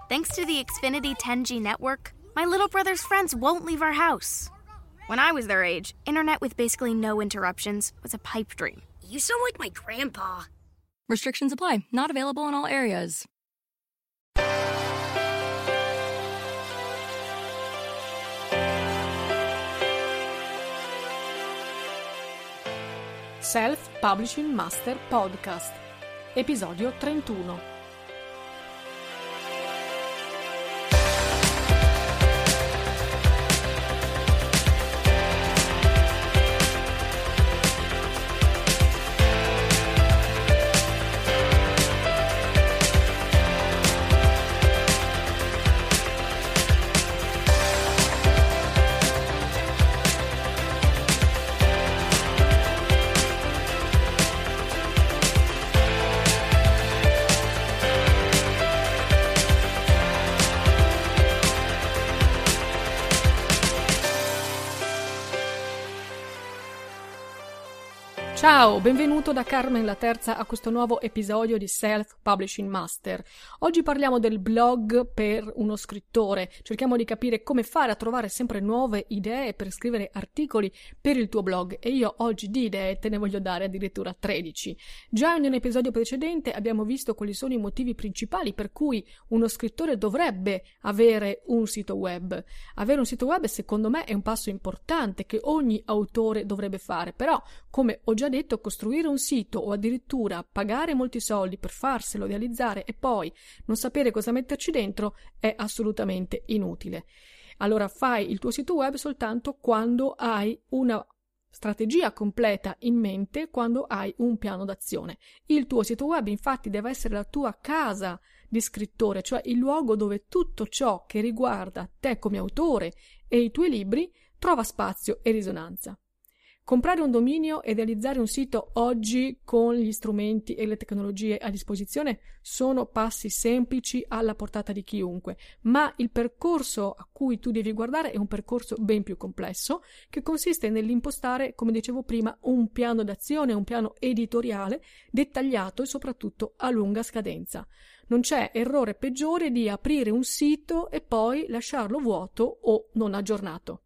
Thanks to the Xfinity 10G network, my little brother's friends won't leave our house. When I was their age, internet with basically no interruptions was a pipe dream. You sound like my grandpa. Restrictions apply. Not available in all areas. Self-Publishing Master Podcast, episodio 31. Ciao, benvenuto da Carmen la Terza a questo nuovo episodio di Self-Publishing Master. Oggi parliamo del blog per uno scrittore. Cerchiamo di capire come fare a trovare sempre nuove idee per scrivere articoli per il tuo blog e io oggi di idee te ne voglio dare addirittura 13. Già in un episodio precedente abbiamo visto quali sono i motivi principali per cui uno scrittore dovrebbe avere un sito web. Avere un sito web secondo me è un passo importante che ogni autore dovrebbe fare, però come ho già detto, costruire un sito o addirittura pagare molti soldi per farselo realizzare e poi non sapere cosa metterci dentro è assolutamente inutile. Allora fai il tuo sito web soltanto quando hai una strategia completa in mente, quando hai un piano d'azione. Il tuo sito web infatti deve essere la tua casa di scrittore, cioè il luogo dove tutto ciò che riguarda te come autore e i tuoi libri trova spazio e risonanza. Comprare un dominio e realizzare un sito oggi con gli strumenti e le tecnologie a disposizione sono passi semplici alla portata di chiunque, ma il percorso a cui tu devi guardare è un percorso ben più complesso che consiste nell'impostare, come dicevo prima, un piano d'azione, un piano editoriale dettagliato e soprattutto a lunga scadenza. Non c'è errore peggiore di aprire un sito e poi lasciarlo vuoto o non aggiornato.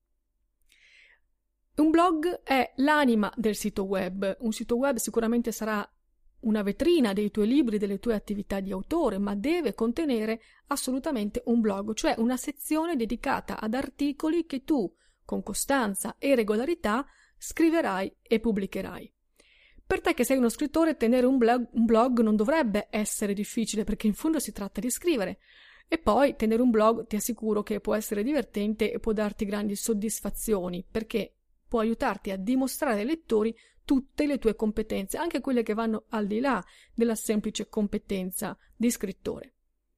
Un blog è l'anima del sito web. Un sito web sicuramente sarà una vetrina dei tuoi libri, delle tue attività di autore, ma deve contenere assolutamente un blog, cioè una sezione dedicata ad articoli che tu, con costanza e regolarità, scriverai e pubblicherai. Per te che sei uno scrittore, tenere un blog non dovrebbe essere difficile, perché in fondo si tratta di scrivere. E poi tenere un blog ti assicuro che può essere divertente e può darti grandi soddisfazioni, perché può aiutarti a dimostrare ai lettori tutte le tue competenze, anche quelle che vanno al di là della semplice competenza di scrittore.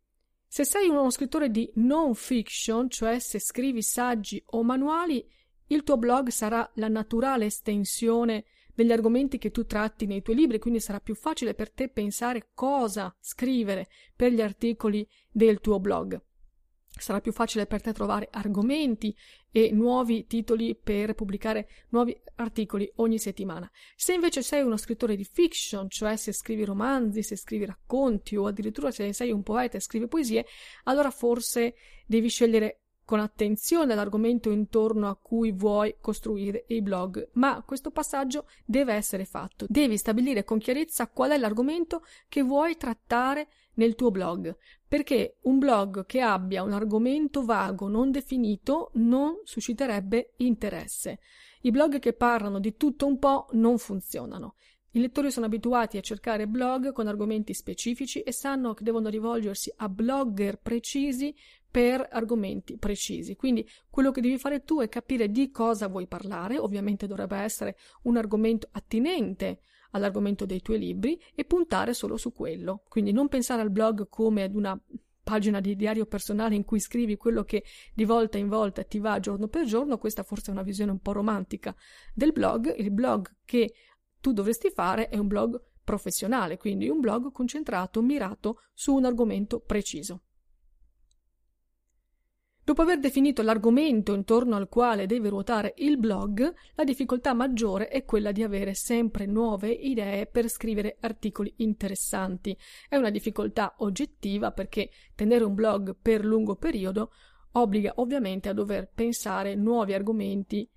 Se sei uno scrittore di non fiction, cioè se scrivi saggi o manuali, il tuo blog sarà la naturale estensione degli argomenti che tu tratti nei tuoi libri, quindi sarà più facile per te pensare cosa scrivere per gli articoli del tuo blog. Sarà più facile per te trovare argomenti e nuovi titoli per pubblicare nuovi articoli ogni settimana. Se invece sei uno scrittore di fiction, cioè se scrivi romanzi, se scrivi racconti o addirittura se sei un poeta e scrivi poesie, allora forse devi scegliere con attenzione l'argomento intorno a cui vuoi costruire il blog, ma questo passaggio deve essere fatto. Devi stabilire con chiarezza qual è l'argomento che vuoi trattare nel tuo blog, perché un blog che abbia un argomento vago, non definito, non susciterebbe interesse. I blog che parlano di tutto un po' non funzionano. I lettori sono abituati a cercare blog con argomenti specifici e sanno che devono rivolgersi a blogger precisi per argomenti precisi. Quindi quello che devi fare tu è capire di cosa vuoi parlare, ovviamente dovrebbe essere un argomento attinente all'argomento dei tuoi libri e puntare solo su quello. Quindi non pensare al blog come ad una pagina di diario personale in cui scrivi quello che di volta in volta ti va giorno per giorno. Questa forse è una visione un po' romantica del blog. Il blog che tu dovresti fare è un blog professionale, quindi un blog concentrato, mirato su un argomento preciso. Dopo aver definito l'argomento intorno al quale deve ruotare il blog, la difficoltà maggiore è quella di avere sempre nuove idee per scrivere articoli interessanti. È una difficoltà oggettiva perché tenere un blog per lungo periodo obbliga ovviamente a dover pensare nuovi argomenti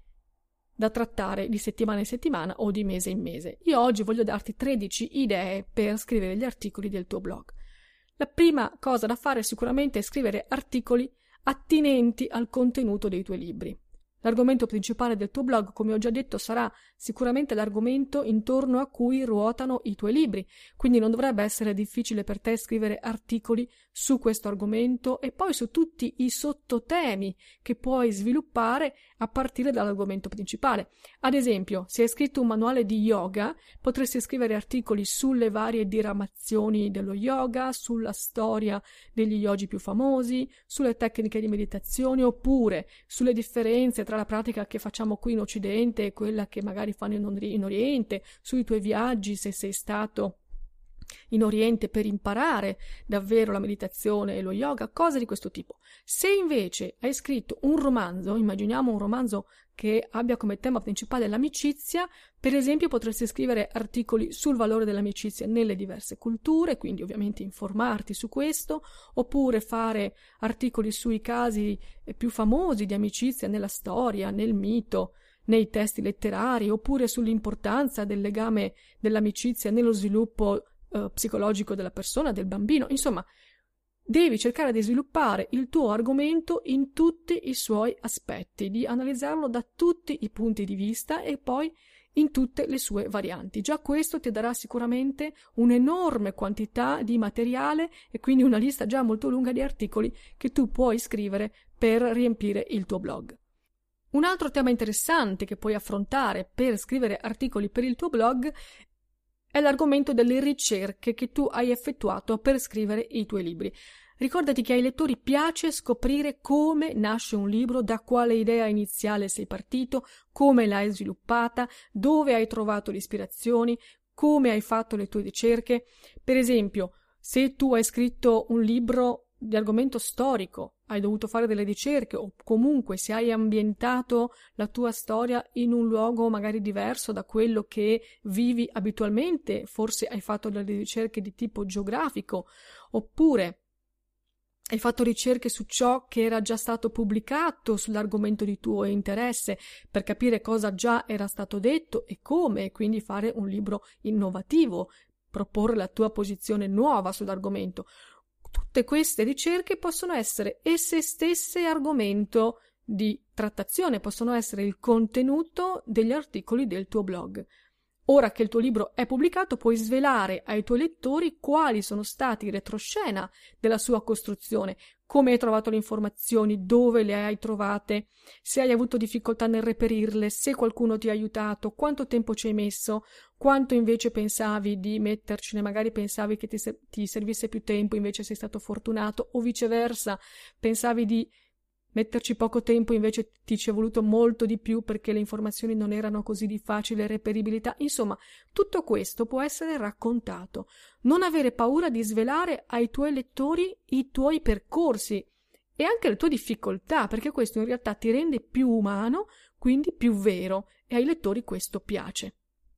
da trattare di settimana in settimana o di mese in mese. Io oggi voglio darti 13 idee per scrivere gli articoli del tuo blog. La prima cosa da fare sicuramente è scrivere articoli attinenti al contenuto dei tuoi libri. L'argomento principale del tuo blog, come ho già detto, sarà sicuramente l'argomento intorno a cui ruotano i tuoi libri, quindi non dovrebbe essere difficile per te scrivere articoli su questo argomento e poi su tutti i sottotemi che puoi sviluppare a partire dall'argomento principale. Ad esempio, se hai scritto un manuale di yoga, potresti scrivere articoli sulle varie diramazioni dello yoga, sulla storia degli yogi più famosi, sulle tecniche di meditazione oppure sulle differenze tra la pratica che facciamo qui in Occidente e quella che magari fanno in Oriente, sui tuoi viaggi, se sei stato in Oriente per imparare davvero la meditazione e lo yoga, cose di questo tipo. Se invece hai scritto un romanzo, immaginiamo un romanzo che abbia come tema principale l'amicizia, per esempio potresti scrivere articoli sul valore dell'amicizia nelle diverse culture, quindi ovviamente informarti su questo, oppure fare articoli sui casi più famosi di amicizia nella storia, nel mito, nei testi letterari, oppure sull'importanza del legame dell'amicizia nello sviluppo psicologico della persona, del bambino. Insomma, devi cercare di sviluppare il tuo argomento in tutti i suoi aspetti, di analizzarlo da tutti i punti di vista e poi in tutte le sue varianti. Già questo ti darà sicuramente un'enorme quantità di materiale e quindi una lista già molto lunga di articoli che tu puoi scrivere per riempire il tuo blog. Un altro tema interessante che puoi affrontare per scrivere articoli per il tuo blog è l'argomento delle ricerche che tu hai effettuato per scrivere i tuoi libri. Ricordati che ai lettori piace scoprire come nasce un libro, da quale idea iniziale sei partito, come l'hai sviluppata, dove hai trovato le ispirazioni, come hai fatto le tue ricerche. Per esempio, se tu hai scritto un libro di argomento storico, hai dovuto fare delle ricerche, o comunque se hai ambientato la tua storia in un luogo magari diverso da quello che vivi abitualmente, forse hai fatto delle ricerche di tipo geografico, oppure hai fatto ricerche su ciò che era già stato pubblicato sull'argomento di tuo interesse per capire cosa già era stato detto e come, e quindi fare un libro innovativo, proporre la tua posizione nuova sull'argomento. Tutte queste ricerche possono essere esse stesse argomento di trattazione, possono essere il contenuto degli articoli del tuo blog. Ora che il tuo libro è pubblicato, puoi svelare ai tuoi lettori quali sono stati i retroscena della sua costruzione, come hai trovato le informazioni, dove le hai trovate, se hai avuto difficoltà nel reperirle, se qualcuno ti ha aiutato, quanto tempo ci hai messo, quanto invece pensavi di mettercene, magari pensavi che ti servisse più tempo, invece sei stato fortunato, o viceversa, pensavi di metterci poco tempo, invece ti ci è voluto molto di più perché le informazioni non erano così di facile reperibilità. Insomma, tutto questo può essere raccontato. Non avere paura di svelare ai tuoi lettori i tuoi percorsi e anche le tue difficoltà, perché questo in realtà ti rende più umano, quindi più vero, e ai lettori questo piace.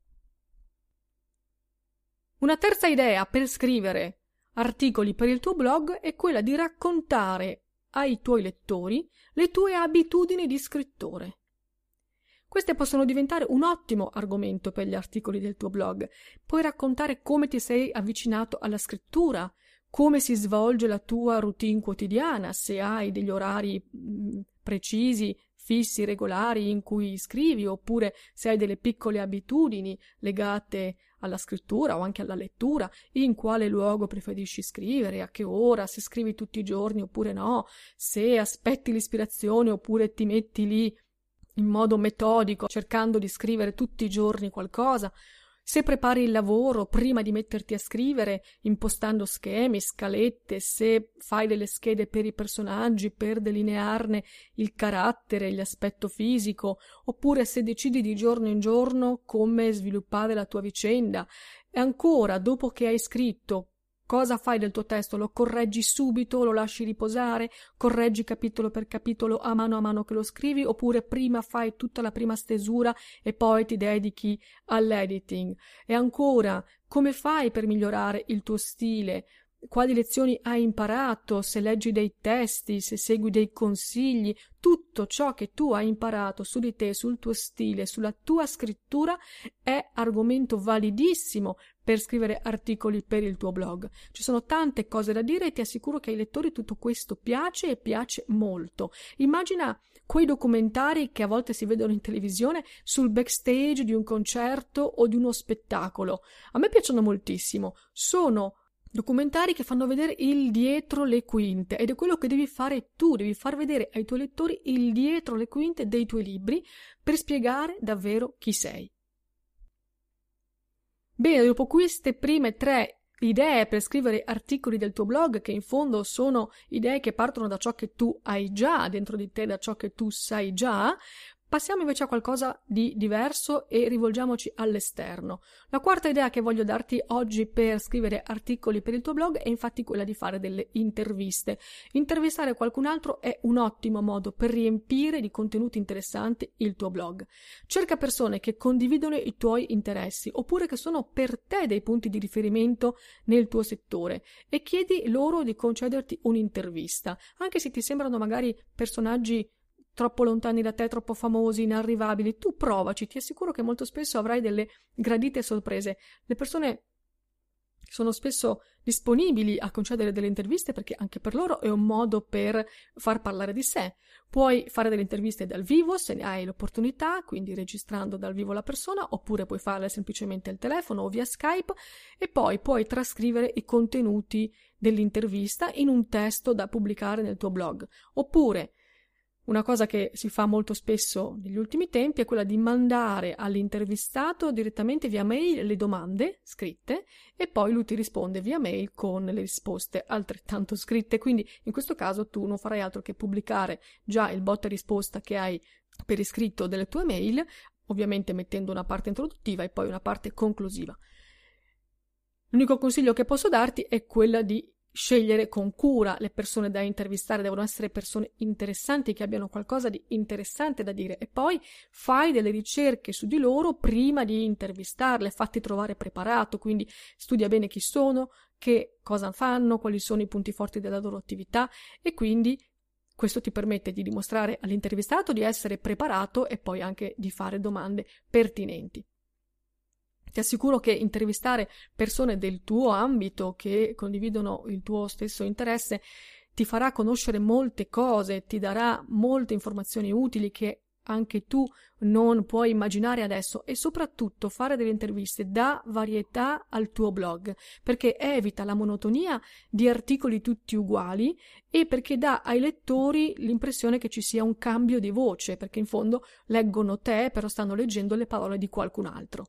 Una terza idea per scrivere articoli per il tuo blog è quella di raccontare ai tuoi lettori le tue abitudini di scrittore. Queste possono diventare un ottimo argomento per gli articoli del tuo blog. Puoi raccontare come ti sei avvicinato alla scrittura, come si svolge la tua routine quotidiana, se hai degli orari precisi, fissi, regolari in cui scrivi, oppure se hai delle piccole abitudini legate alla scrittura o anche alla lettura, in quale luogo preferisci scrivere, a che ora, se scrivi tutti i giorni oppure no, se aspetti l'ispirazione oppure ti metti lì in modo metodico cercando di scrivere tutti i giorni qualcosa, se prepari il lavoro prima di metterti a scrivere impostando schemi, scalette, se fai delle schede per i personaggi per delinearne il carattere, l'aspetto fisico, oppure se decidi di giorno in giorno come sviluppare la tua vicenda. E ancora, dopo che hai scritto, Cosa fai del tuo testo? Lo correggi subito, lo lasci riposare, correggi capitolo per capitolo a mano che lo scrivi, oppure prima fai tutta la prima stesura e poi ti dedichi all'editing? E ancora, come fai per migliorare il tuo stile? Quali lezioni hai imparato, se leggi dei testi, se segui dei consigli? Tutto ciò che tu hai imparato su di te, sul tuo stile, sulla tua scrittura è argomento validissimo per scrivere articoli per il tuo blog. Ci sono tante cose da dire e ti assicuro che ai lettori tutto questo piace e piace molto. Immagina quei documentari che a volte si vedono in televisione sul backstage di un concerto o di uno spettacolo. A me piacciono moltissimo. Sono documentari che fanno vedere il dietro le quinte ed è quello che devi fare tu, devi far vedere ai tuoi lettori il dietro le quinte dei tuoi libri per spiegare davvero chi sei. Bene, dopo queste prime 3 idee per scrivere articoli del tuo blog, che in fondo sono idee che partono da ciò che tu hai già dentro di te, da ciò che tu sai già, passiamo invece a qualcosa di diverso e rivolgiamoci all'esterno. La quarta idea che voglio darti oggi per scrivere articoli per il tuo blog è infatti quella di fare delle interviste. Intervistare qualcun altro è un ottimo modo per riempire di contenuti interessanti il tuo blog. Cerca persone che condividono i tuoi interessi oppure che sono per te dei punti di riferimento nel tuo settore e chiedi loro di concederti un'intervista, anche se ti sembrano magari personaggi troppo lontani da te, troppo famosi, inarrivabili. Tu provaci, ti assicuro che molto spesso avrai delle gradite sorprese. Le persone sono spesso disponibili a concedere delle interviste perché anche per loro è un modo per far parlare di sé. Puoi fare delle interviste dal vivo se ne hai l'opportunità, quindi registrando dal vivo la persona, oppure puoi farle semplicemente al telefono o via Skype e poi puoi trascrivere i contenuti dell'intervista in un testo da pubblicare nel tuo blog. Oppure una cosa che si fa molto spesso negli ultimi tempi è quella di mandare all'intervistato direttamente via mail le domande scritte e poi lui ti risponde via mail con le risposte altrettanto scritte. Quindi in questo caso tu non farai altro che pubblicare già il botta e risposta che hai per iscritto delle tue mail, ovviamente mettendo una parte introduttiva e poi una parte conclusiva. L'unico consiglio che posso darti è quella di scegliere con cura le persone da intervistare. Devono essere persone interessanti, che abbiano qualcosa di interessante da dire, e poi fai delle ricerche su di loro prima di intervistarle, fatti trovare preparato, quindi studia bene chi sono, che cosa fanno, quali sono i punti forti della loro attività e quindi questo ti permette di dimostrare all'intervistato di essere preparato e poi anche di fare domande pertinenti. Ti assicuro che intervistare persone del tuo ambito che condividono il tuo stesso interesse ti farà conoscere molte cose, ti darà molte informazioni utili che anche tu non puoi immaginare adesso e soprattutto fare delle interviste dà varietà al tuo blog perché evita la monotonia di articoli tutti uguali e perché dà ai lettori l'impressione che ci sia un cambio di voce, perché in fondo leggono te però stanno leggendo le parole di qualcun altro.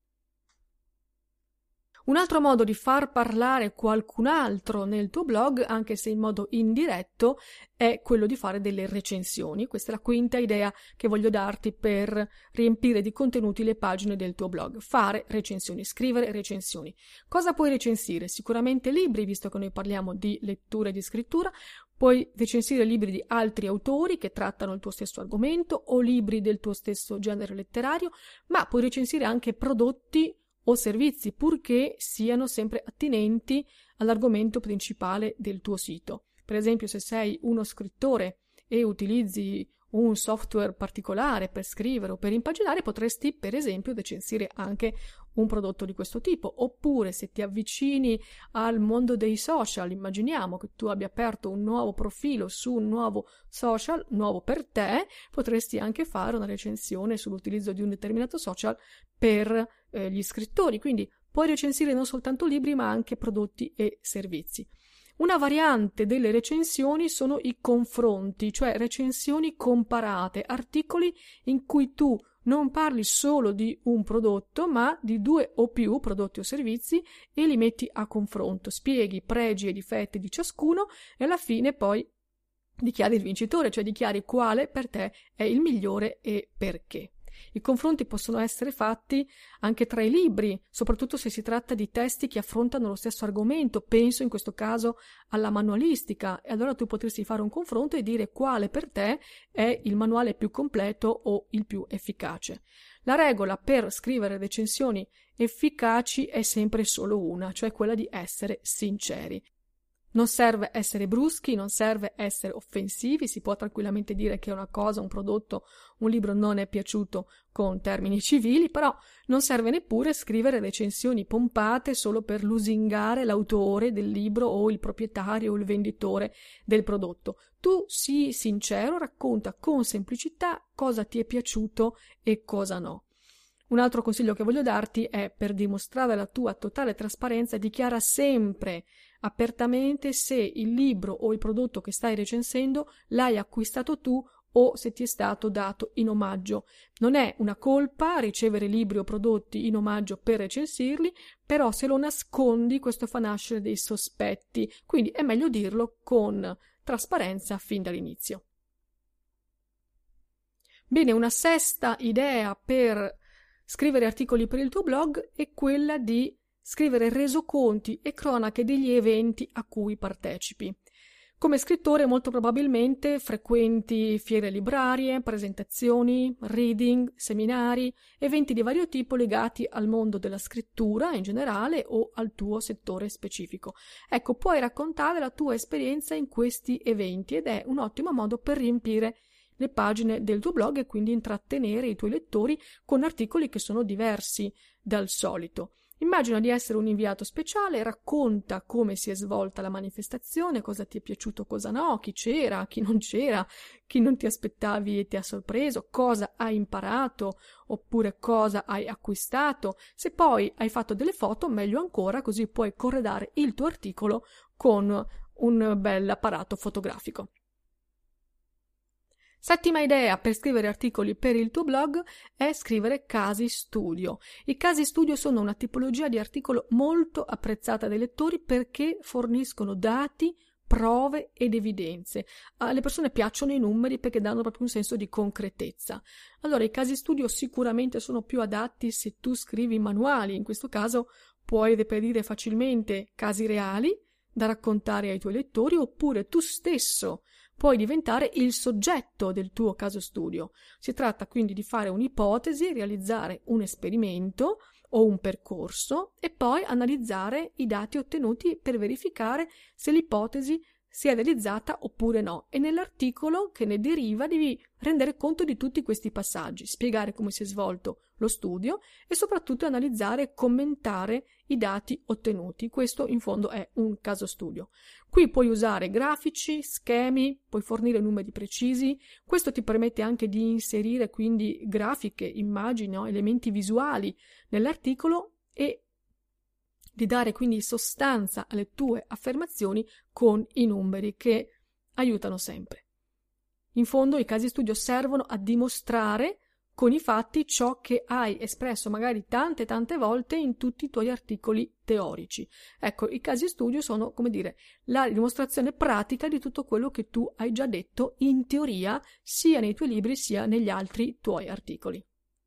Un altro modo di far parlare qualcun altro nel tuo blog, anche se in modo indiretto, è quello di fare delle recensioni. Questa è la quinta idea che voglio darti per riempire di contenuti le pagine del tuo blog. Fare recensioni, scrivere recensioni. Cosa puoi recensire? Sicuramente libri, visto che noi parliamo di lettura e di scrittura. Puoi recensire libri di altri autori che trattano il tuo stesso argomento o libri del tuo stesso genere letterario, ma puoi recensire anche prodotti o servizi, purché siano sempre attinenti all'argomento principale del tuo sito. Per esempio, se sei uno scrittore e utilizzi un software particolare per scrivere o per impaginare, potresti per esempio recensire anche un prodotto di questo tipo. Oppure se ti avvicini al mondo dei social, immaginiamo che tu abbia aperto un nuovo profilo su un nuovo social, nuovo per te, potresti anche fare una recensione sull'utilizzo di un determinato social per gli scrittori. Quindi puoi recensire non soltanto libri ma anche prodotti e servizi. Una variante delle recensioni sono i confronti, cioè recensioni comparate, articoli in cui tu non parli solo di un prodotto, ma di 2 o più prodotti o servizi e li metti a confronto, spieghi pregi e difetti di ciascuno e alla fine poi dichiari il vincitore, cioè dichiari quale per te è il migliore e perché. I confronti possono essere fatti anche tra i libri, soprattutto se si tratta di testi che affrontano lo stesso argomento. Penso in questo caso alla manualistica, e allora tu potresti fare un confronto e dire quale per te è il manuale più completo o il più efficace. La regola per scrivere recensioni efficaci è sempre solo una, cioè quella di essere sinceri. Non serve essere bruschi, non serve essere offensivi, si può tranquillamente dire che una cosa, un prodotto, un libro non è piaciuto con termini civili, però non serve neppure scrivere recensioni pompate solo per lusingare l'autore del libro o il proprietario o il venditore del prodotto. Tu sii sincero, racconta con semplicità cosa ti è piaciuto e cosa no. Un altro consiglio che voglio darti è, per dimostrare la tua totale trasparenza, dichiara sempre apertamente se il libro o il prodotto che stai recensendo l'hai acquistato tu o se ti è stato dato in omaggio. Non è una colpa ricevere libri o prodotti in omaggio per recensirli, però se lo nascondi questo fa nascere dei sospetti, quindi è meglio dirlo con trasparenza fin dall'inizio. Bene, una sesta idea per scrivere articoli per il tuo blog è quella di scrivere resoconti e cronache degli eventi a cui partecipi. Come scrittore molto probabilmente frequenti fiere librarie, presentazioni, reading, seminari, eventi di vario tipo legati al mondo della scrittura in generale o al tuo settore specifico. Ecco, puoi raccontare la tua esperienza in questi eventi ed è un ottimo modo per riempire le pagine del tuo blog e quindi intrattenere i tuoi lettori con articoli che sono diversi dal solito. Immagina di essere un inviato speciale, racconta come si è svolta la manifestazione, cosa ti è piaciuto, cosa no, chi c'era, chi non ti aspettavi e ti ha sorpreso, cosa hai imparato oppure cosa hai acquistato. Se poi hai fatto delle foto, meglio ancora, così puoi corredare il tuo articolo con un bel apparato fotografico. Settima idea per scrivere articoli per il tuo blog è scrivere casi studio. I casi studio sono una tipologia di articolo molto apprezzata dai lettori perché forniscono dati, prove ed evidenze. Alle persone piacciono i numeri perché danno proprio un senso di concretezza. Allora i casi studio sicuramente sono più adatti se tu scrivi manuali. In questo caso puoi reperire facilmente casi reali da raccontare ai tuoi lettori, oppure tu stesso puoi diventare il soggetto del tuo caso studio. Si tratta quindi di fare un'ipotesi, realizzare un esperimento o un percorso e poi analizzare i dati ottenuti per verificare se l'ipotesi sia realizzata oppure no. E nell'articolo che ne deriva devi rendere conto di tutti questi passaggi, spiegare come si è svolto lo studio e soprattutto analizzare e commentare i dati ottenuti. Questo in fondo è un caso studio. Qui puoi usare grafici, schemi, puoi fornire numeri precisi. Questo ti permette anche di inserire quindi grafiche, immagini, elementi visuali nell'articolo e di dare quindi sostanza alle tue affermazioni con i numeri che aiutano sempre. In fondo i casi studio servono a dimostrare con i fatti ciò che hai espresso magari tante volte in tutti i tuoi articoli teorici. Ecco, i casi studio sono, come dire, la dimostrazione pratica di tutto quello che tu hai già detto in teoria, sia nei tuoi libri sia negli altri tuoi articoli.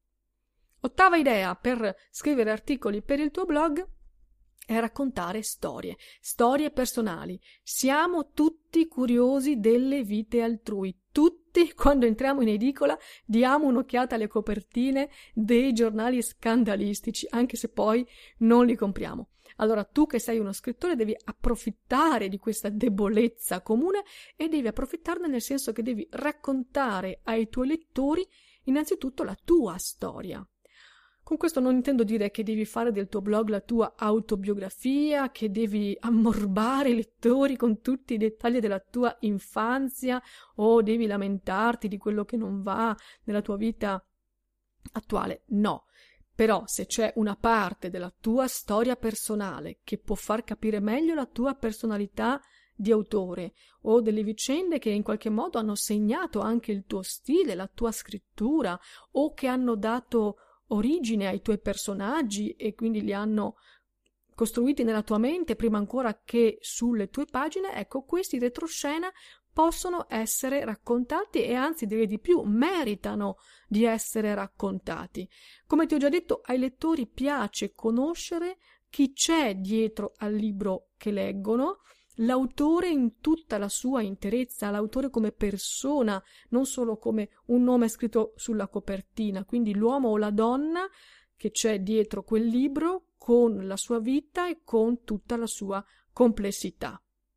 Ottava idea per scrivere articoli per il tuo blog è raccontare storie personali. Siamo tutti curiosi delle vite altrui. Tutti, quando entriamo in edicola, diamo un'occhiata alle copertine dei giornali scandalistici, anche se poi non li compriamo. Allora tu che sei uno scrittore devi approfittare di questa debolezza comune e devi approfittarne nel senso che devi raccontare ai tuoi lettori innanzitutto la tua storia. Con questo non intendo dire che devi fare del tuo blog la tua autobiografia, che devi ammorbare i lettori con tutti i dettagli della tua infanzia o devi lamentarti di quello che non va nella tua vita attuale. No, però se c'è una parte della tua storia personale che può far capire meglio la tua personalità di autore o delle vicende che in qualche modo hanno segnato anche il tuo stile, la tua scrittura o che hanno dato origine ai tuoi personaggi e quindi li hanno costruiti nella tua mente prima ancora che sulle tue pagine, ecco, questi retroscena possono essere raccontati e anzi direi di più, meritano di essere raccontati. Come ti ho già detto, ai lettori piace conoscere chi c'è dietro al libro che leggono, l'autore in tutta la sua interezza, l'autore come persona, non solo come un nome scritto sulla copertina, quindi l'uomo o la donna che c'è dietro quel libro con la sua vita e con tutta la sua complessità.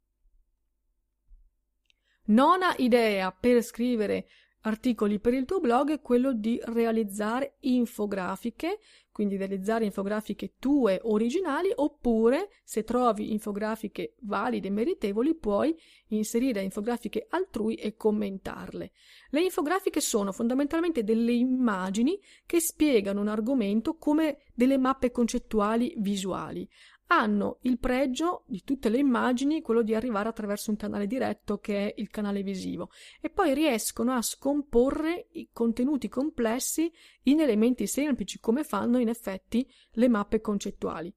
Nona idea per scrivere articoli per il tuo blog è quello di realizzare infografiche, quindi realizzare infografiche tue originali, oppure se trovi infografiche valide e meritevoli puoi inserire infografiche altrui e commentarle. Le infografiche sono fondamentalmente delle immagini che spiegano un argomento come delle mappe concettuali visuali. Hanno il pregio di tutte le immagini quello di arrivare attraverso un canale diretto che è il canale visivo e poi riescono a scomporre i contenuti complessi in elementi semplici come fanno in effetti le mappe concettuali.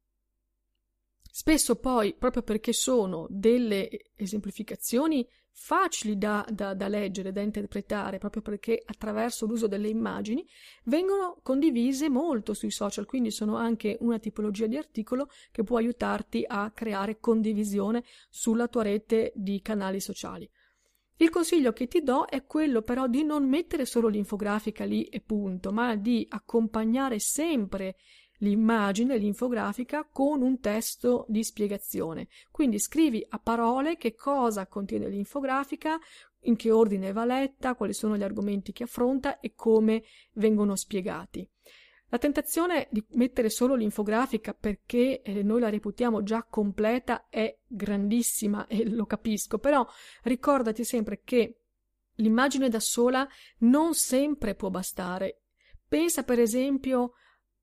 Spesso poi, proprio perché sono delle esemplificazioni facili da leggere, da interpretare, proprio perché attraverso l'uso delle immagini vengono condivise molto sui social, quindi sono anche una tipologia di articolo che può aiutarti a creare condivisione sulla tua rete di canali sociali. Il consiglio che ti do è quello però di non mettere solo l'infografica lì e punto, ma di accompagnare sempre l'immagine, l'infografica con un testo di spiegazione. Quindi scrivi a parole che cosa contiene l'infografica, in che ordine va letta, quali sono gli argomenti che affronta e come vengono spiegati. La tentazione di mettere solo l'infografica perché noi la reputiamo già completa è grandissima e lo capisco, però ricordati sempre che l'immagine da sola non sempre può bastare. Pensa per esempio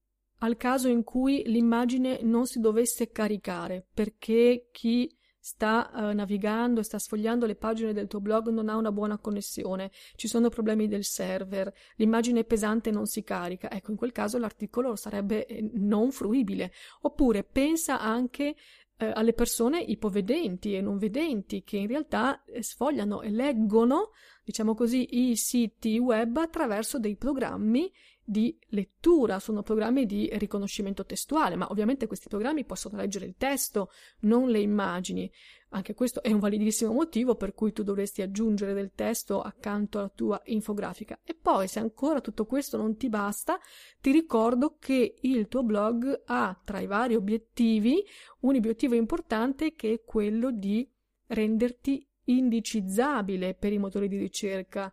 al caso in cui l'immagine non si dovesse caricare perché chi sta navigando e sta sfogliando le pagine del tuo blog non ha una buona connessione, ci sono problemi del server, l'immagine è pesante e non si carica. Ecco, in quel caso l'articolo sarebbe non fruibile. Oppure pensa anche alle persone ipovedenti e non vedenti che in realtà sfogliano e leggono, diciamo così, i siti web attraverso dei programmi di lettura, sono programmi di riconoscimento testuale, ma ovviamente questi programmi possono leggere il testo, non le immagini. Anche questo è un validissimo motivo per cui tu dovresti aggiungere del testo accanto alla tua infografica. E poi, se ancora tutto questo non ti basta, ti ricordo che il tuo blog ha tra i vari obiettivi un obiettivo importante che è quello di renderti indicizzabile per i motori di ricerca,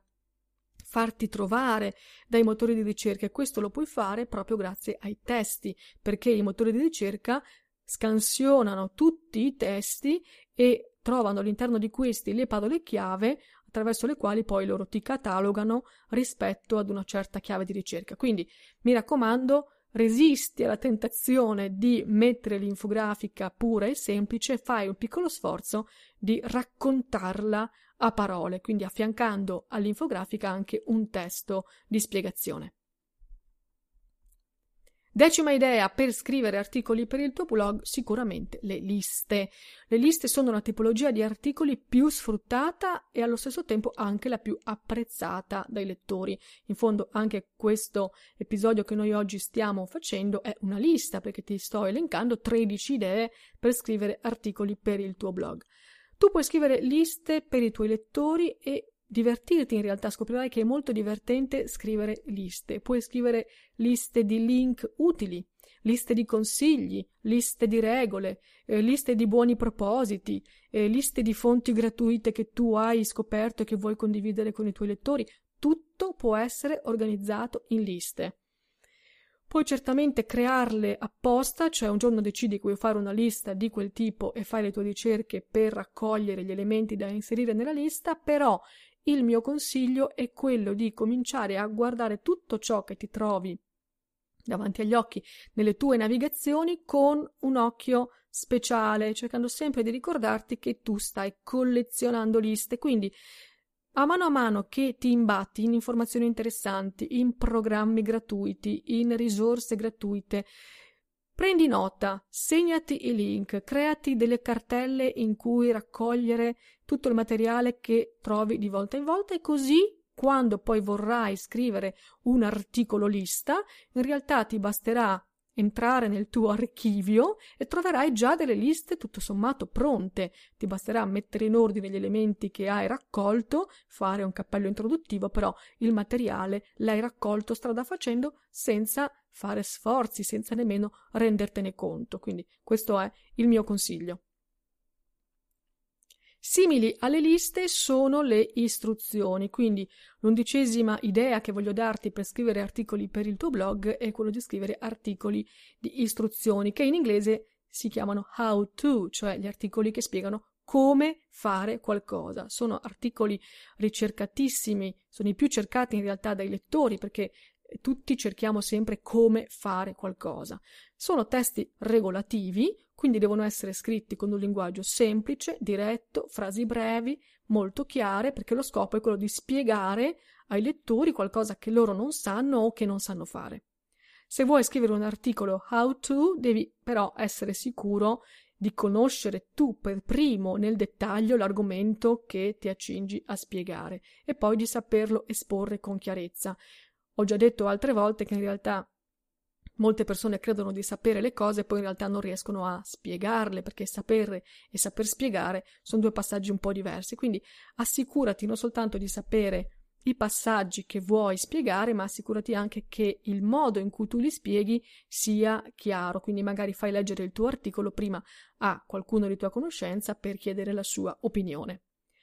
farti trovare dai motori di ricerca, e questo lo puoi fare proprio grazie ai testi, perché i motori di ricerca scansionano tutti i testi e trovano all'interno di questi le parole chiave attraverso le quali poi loro ti catalogano rispetto ad una certa chiave di ricerca. Quindi mi raccomando, resisti alla tentazione di mettere l'infografica pura e semplice, fai un piccolo sforzo di raccontarla a parole, quindi affiancando all'infografica anche un testo di spiegazione. 10ª idea per scrivere articoli per il tuo blog, sicuramente le liste. Le liste sono una tipologia di articoli più sfruttata e allo stesso tempo anche la più apprezzata dai lettori. In fondo anche questo episodio che noi oggi stiamo facendo è una lista, perché ti sto elencando 13 idee per scrivere articoli per il tuo blog. Tu puoi scrivere liste per i tuoi lettori e divertirti, in realtà scoprirai che è molto divertente scrivere liste. Puoi scrivere liste di link utili, liste di consigli, liste di regole, liste di buoni propositi, liste di fonti gratuite che tu hai scoperto e che vuoi condividere con i tuoi lettori. Tutto può essere organizzato in liste. Puoi certamente crearle apposta, cioè un giorno decidi che vuoi fare una lista di quel tipo e fai le tue ricerche per raccogliere gli elementi da inserire nella lista, però il mio consiglio è quello di cominciare a guardare tutto ciò che ti trovi davanti agli occhi nelle tue navigazioni con un occhio speciale, cercando sempre di ricordarti che tu stai collezionando liste. Quindi a mano che ti imbatti in informazioni interessanti, in programmi gratuiti, in risorse gratuite, Prendi nota, segnati i link, creati delle cartelle in cui raccogliere tutto il materiale che trovi di volta in volta, e così quando poi vorrai scrivere un articolo lista, in realtà ti basterà entrare nel tuo archivio e troverai già delle liste tutto sommato pronte. Ti basterà mettere in ordine gli elementi che hai raccolto, fare un cappello introduttivo, però il materiale l'hai raccolto strada facendo senza fare sforzi, senza nemmeno rendertene conto. Quindi questo è il mio consiglio. Simili alle liste sono le istruzioni, quindi l'11ª idea che voglio darti per scrivere articoli per il tuo blog è quello di scrivere articoli di istruzioni, che in inglese si chiamano how to, cioè gli articoli che spiegano come fare qualcosa. Sono articoli ricercatissimi, sono i più cercati in realtà dai lettori, perché tutti cerchiamo sempre come fare qualcosa. Sono testi regolativi, quindi devono essere scritti con un linguaggio semplice, diretto, frasi brevi, molto chiare, perché lo scopo è quello di spiegare ai lettori qualcosa che loro non sanno o che non sanno fare. Se vuoi scrivere un articolo how to, devi però essere sicuro di conoscere tu per primo nel dettaglio l'argomento che ti accingi a spiegare e poi di saperlo esporre con chiarezza. Ho già detto altre volte che in realtà molte persone credono di sapere le cose e poi in realtà non riescono a spiegarle, perché sapere e saper spiegare sono due passaggi un po' diversi. Quindi assicurati non soltanto di sapere i passaggi che vuoi spiegare, ma assicurati anche che il modo in cui tu li spieghi sia chiaro. Quindi magari fai leggere il tuo articolo prima a qualcuno di tua conoscenza per chiedere la sua opinione.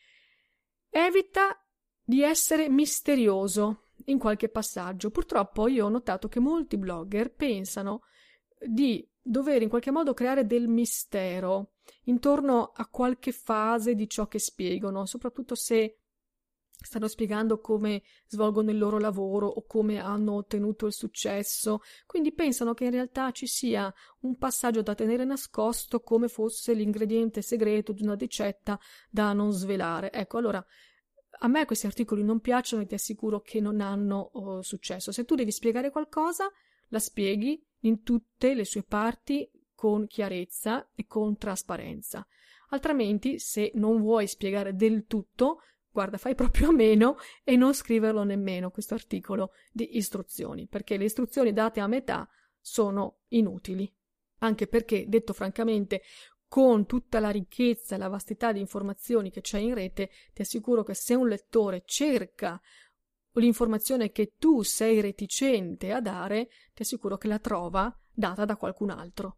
Evita di essere misterioso in qualche passaggio. Purtroppo io ho notato che molti blogger pensano di dover in qualche modo creare del mistero intorno a qualche fase di ciò che spiegano, soprattutto se stanno spiegando come svolgono il loro lavoro o come hanno ottenuto il successo. Quindi pensano che in realtà ci sia un passaggio da tenere nascosto, come fosse l'ingrediente segreto di una ricetta da non svelare. Ecco, allora a me questi articoli non piacciono e ti assicuro che non hanno successo. Se tu devi spiegare qualcosa, la spieghi in tutte le sue parti con chiarezza e con trasparenza. Altrimenti, se non vuoi spiegare del tutto, guarda, fai proprio a meno e non scriverlo nemmeno questo articolo di istruzioni, perché le istruzioni date a metà sono inutili. Anche perché, detto francamente, con tutta la ricchezza e la vastità di informazioni che c'è in rete, ti assicuro che se un lettore cerca l'informazione che tu sei reticente a dare, ti assicuro che la trova data da qualcun altro.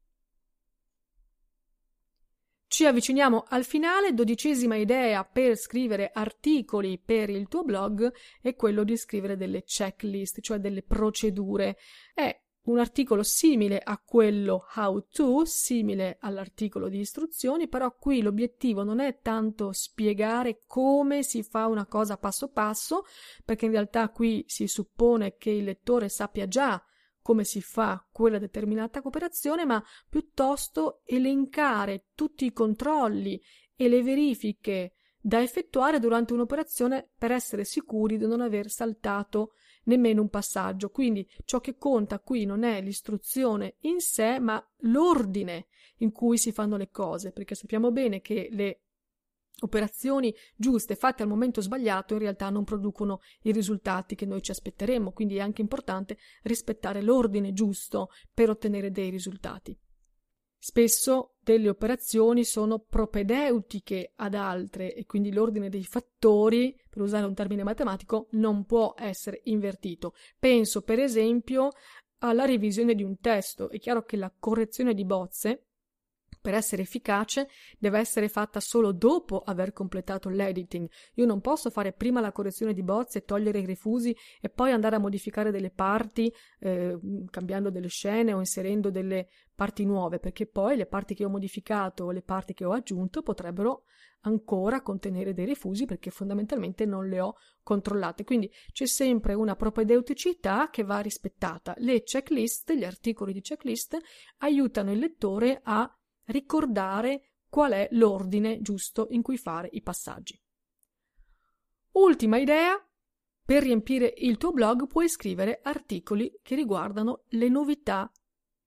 Ci avviciniamo al finale. 12ª idea per scrivere articoli per il tuo blog è quello di scrivere delle checklist, cioè delle procedure. È un articolo simile a quello how to, simile all'articolo di istruzioni, però qui l'obiettivo non è tanto spiegare come si fa una cosa passo passo, perché in realtà qui si suppone che il lettore sappia già come si fa quella determinata operazione, ma piuttosto elencare tutti i controlli e le verifiche da effettuare durante un'operazione per essere sicuri di non aver saltato nemmeno un passaggio. Quindi ciò che conta qui non è l'istruzione in sé, ma l'ordine in cui si fanno le cose, perché sappiamo bene che le operazioni giuste fatte al momento sbagliato in realtà non producono i risultati che noi ci aspetteremmo, quindi è anche importante rispettare l'ordine giusto per ottenere dei risultati. Spesso delle operazioni sono propedeutiche ad altre e quindi l'ordine dei fattori, per usare un termine matematico, non può essere invertito. Penso per esempio alla revisione di un testo. È chiaro che la correzione di bozze, per essere efficace, deve essere fatta solo dopo aver completato l'editing. Io non posso fare prima la correzione di bozze, togliere i refusi e poi andare a modificare delle parti, cambiando delle scene o inserendo delle parti nuove, perché poi le parti che ho modificato o le parti che ho aggiunto potrebbero ancora contenere dei refusi, perché fondamentalmente non le ho controllate. Quindi c'è sempre una propedeuticità che va rispettata. Le checklist, gli articoli di checklist, aiutano il lettore a ricordare qual è l'ordine giusto in cui fare i passaggi. Ultima idea: per riempire il tuo blog puoi scrivere articoli che riguardano le novità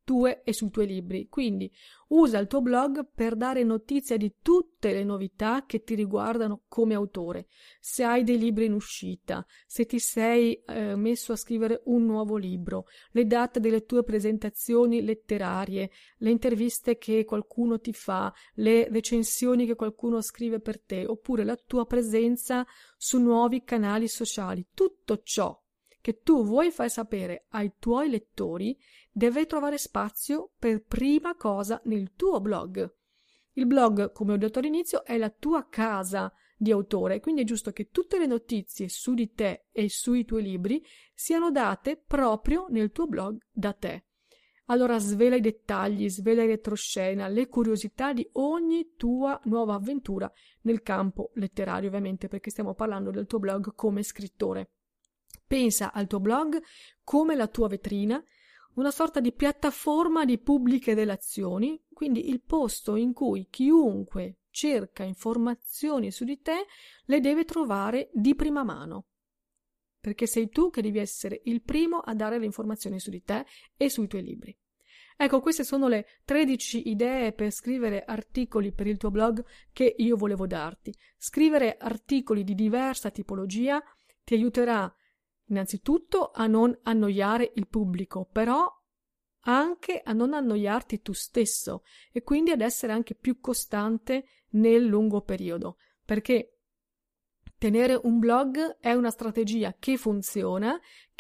tue e sui tuoi libri. Quindi usa il tuo blog per dare notizia di tutte le novità che ti riguardano come autore. Se hai dei libri in uscita, se ti sei messo a scrivere un nuovo libro, le date delle tue presentazioni letterarie, le interviste che qualcuno ti fa, le recensioni che qualcuno scrive per te, oppure la tua presenza su nuovi canali sociali. Tutto ciò che tu vuoi far sapere ai tuoi lettori deve trovare spazio per prima cosa nel tuo blog. Il blog, come ho detto all'inizio, è la tua casa di autore, quindi è giusto che tutte le notizie su di te e sui tuoi libri siano date proprio nel tuo blog da te. Allora svela i dettagli, svela in retroscena, le curiosità di ogni tua nuova avventura nel campo letterario, ovviamente, perché stiamo parlando del tuo blog come scrittore. Pensa al tuo blog come la tua vetrina, una sorta di piattaforma di pubbliche relazioni, quindi il posto in cui chiunque cerca informazioni su di te le deve trovare di prima mano, perché sei tu che devi essere il primo a dare le informazioni su di te e sui tuoi libri. Ecco, queste sono le 13 idee per scrivere articoli per il tuo blog che io volevo darti. Scrivere articoli di diversa tipologia ti aiuterà innanzitutto a non annoiare il pubblico, però anche a non annoiarti tu stesso e quindi ad essere anche più costante nel lungo periodo, perché tenere un blog è una strategia che funziona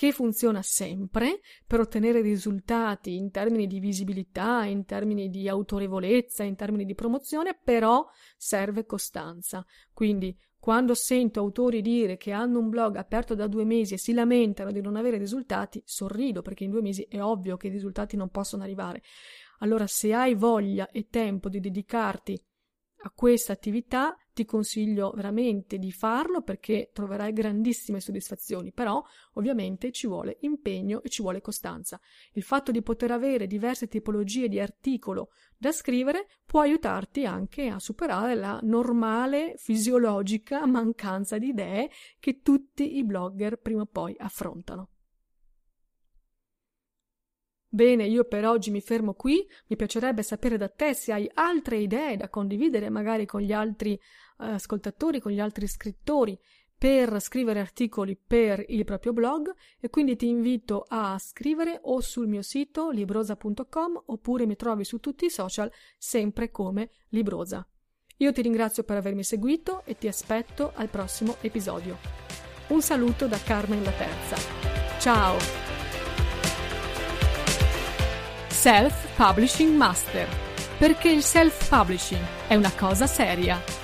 sempre per ottenere risultati in termini di visibilità, in termini di autorevolezza, in termini di promozione, però serve costanza. Quindi quando sento autori dire che hanno un blog aperto da 2 mesi e si lamentano di non avere risultati, sorrido, perché in 2 mesi è ovvio che i risultati non possono arrivare. Allora, se hai voglia e tempo di dedicarti a questa attività, ti consiglio veramente di farlo perché troverai grandissime soddisfazioni, però ovviamente ci vuole impegno e ci vuole costanza. Il fatto di poter avere diverse tipologie di articolo da scrivere può aiutarti anche a superare la normale fisiologica mancanza di idee che tutti i blogger prima o poi affrontano. Bene, io per oggi mi fermo qui. Mi piacerebbe sapere da te se hai altre idee da condividere magari con gli altri ascoltatori, con gli altri scrittori per scrivere articoli per il proprio blog, e quindi ti invito a scrivere o sul mio sito librosa.com oppure mi trovi su tutti i social sempre come Librosa. Io ti ringrazio per avermi seguito e ti aspetto al prossimo episodio. Un saluto da Carmen La Terza. Ciao! Self-Publishing Master, perché il self-publishing è una cosa seria.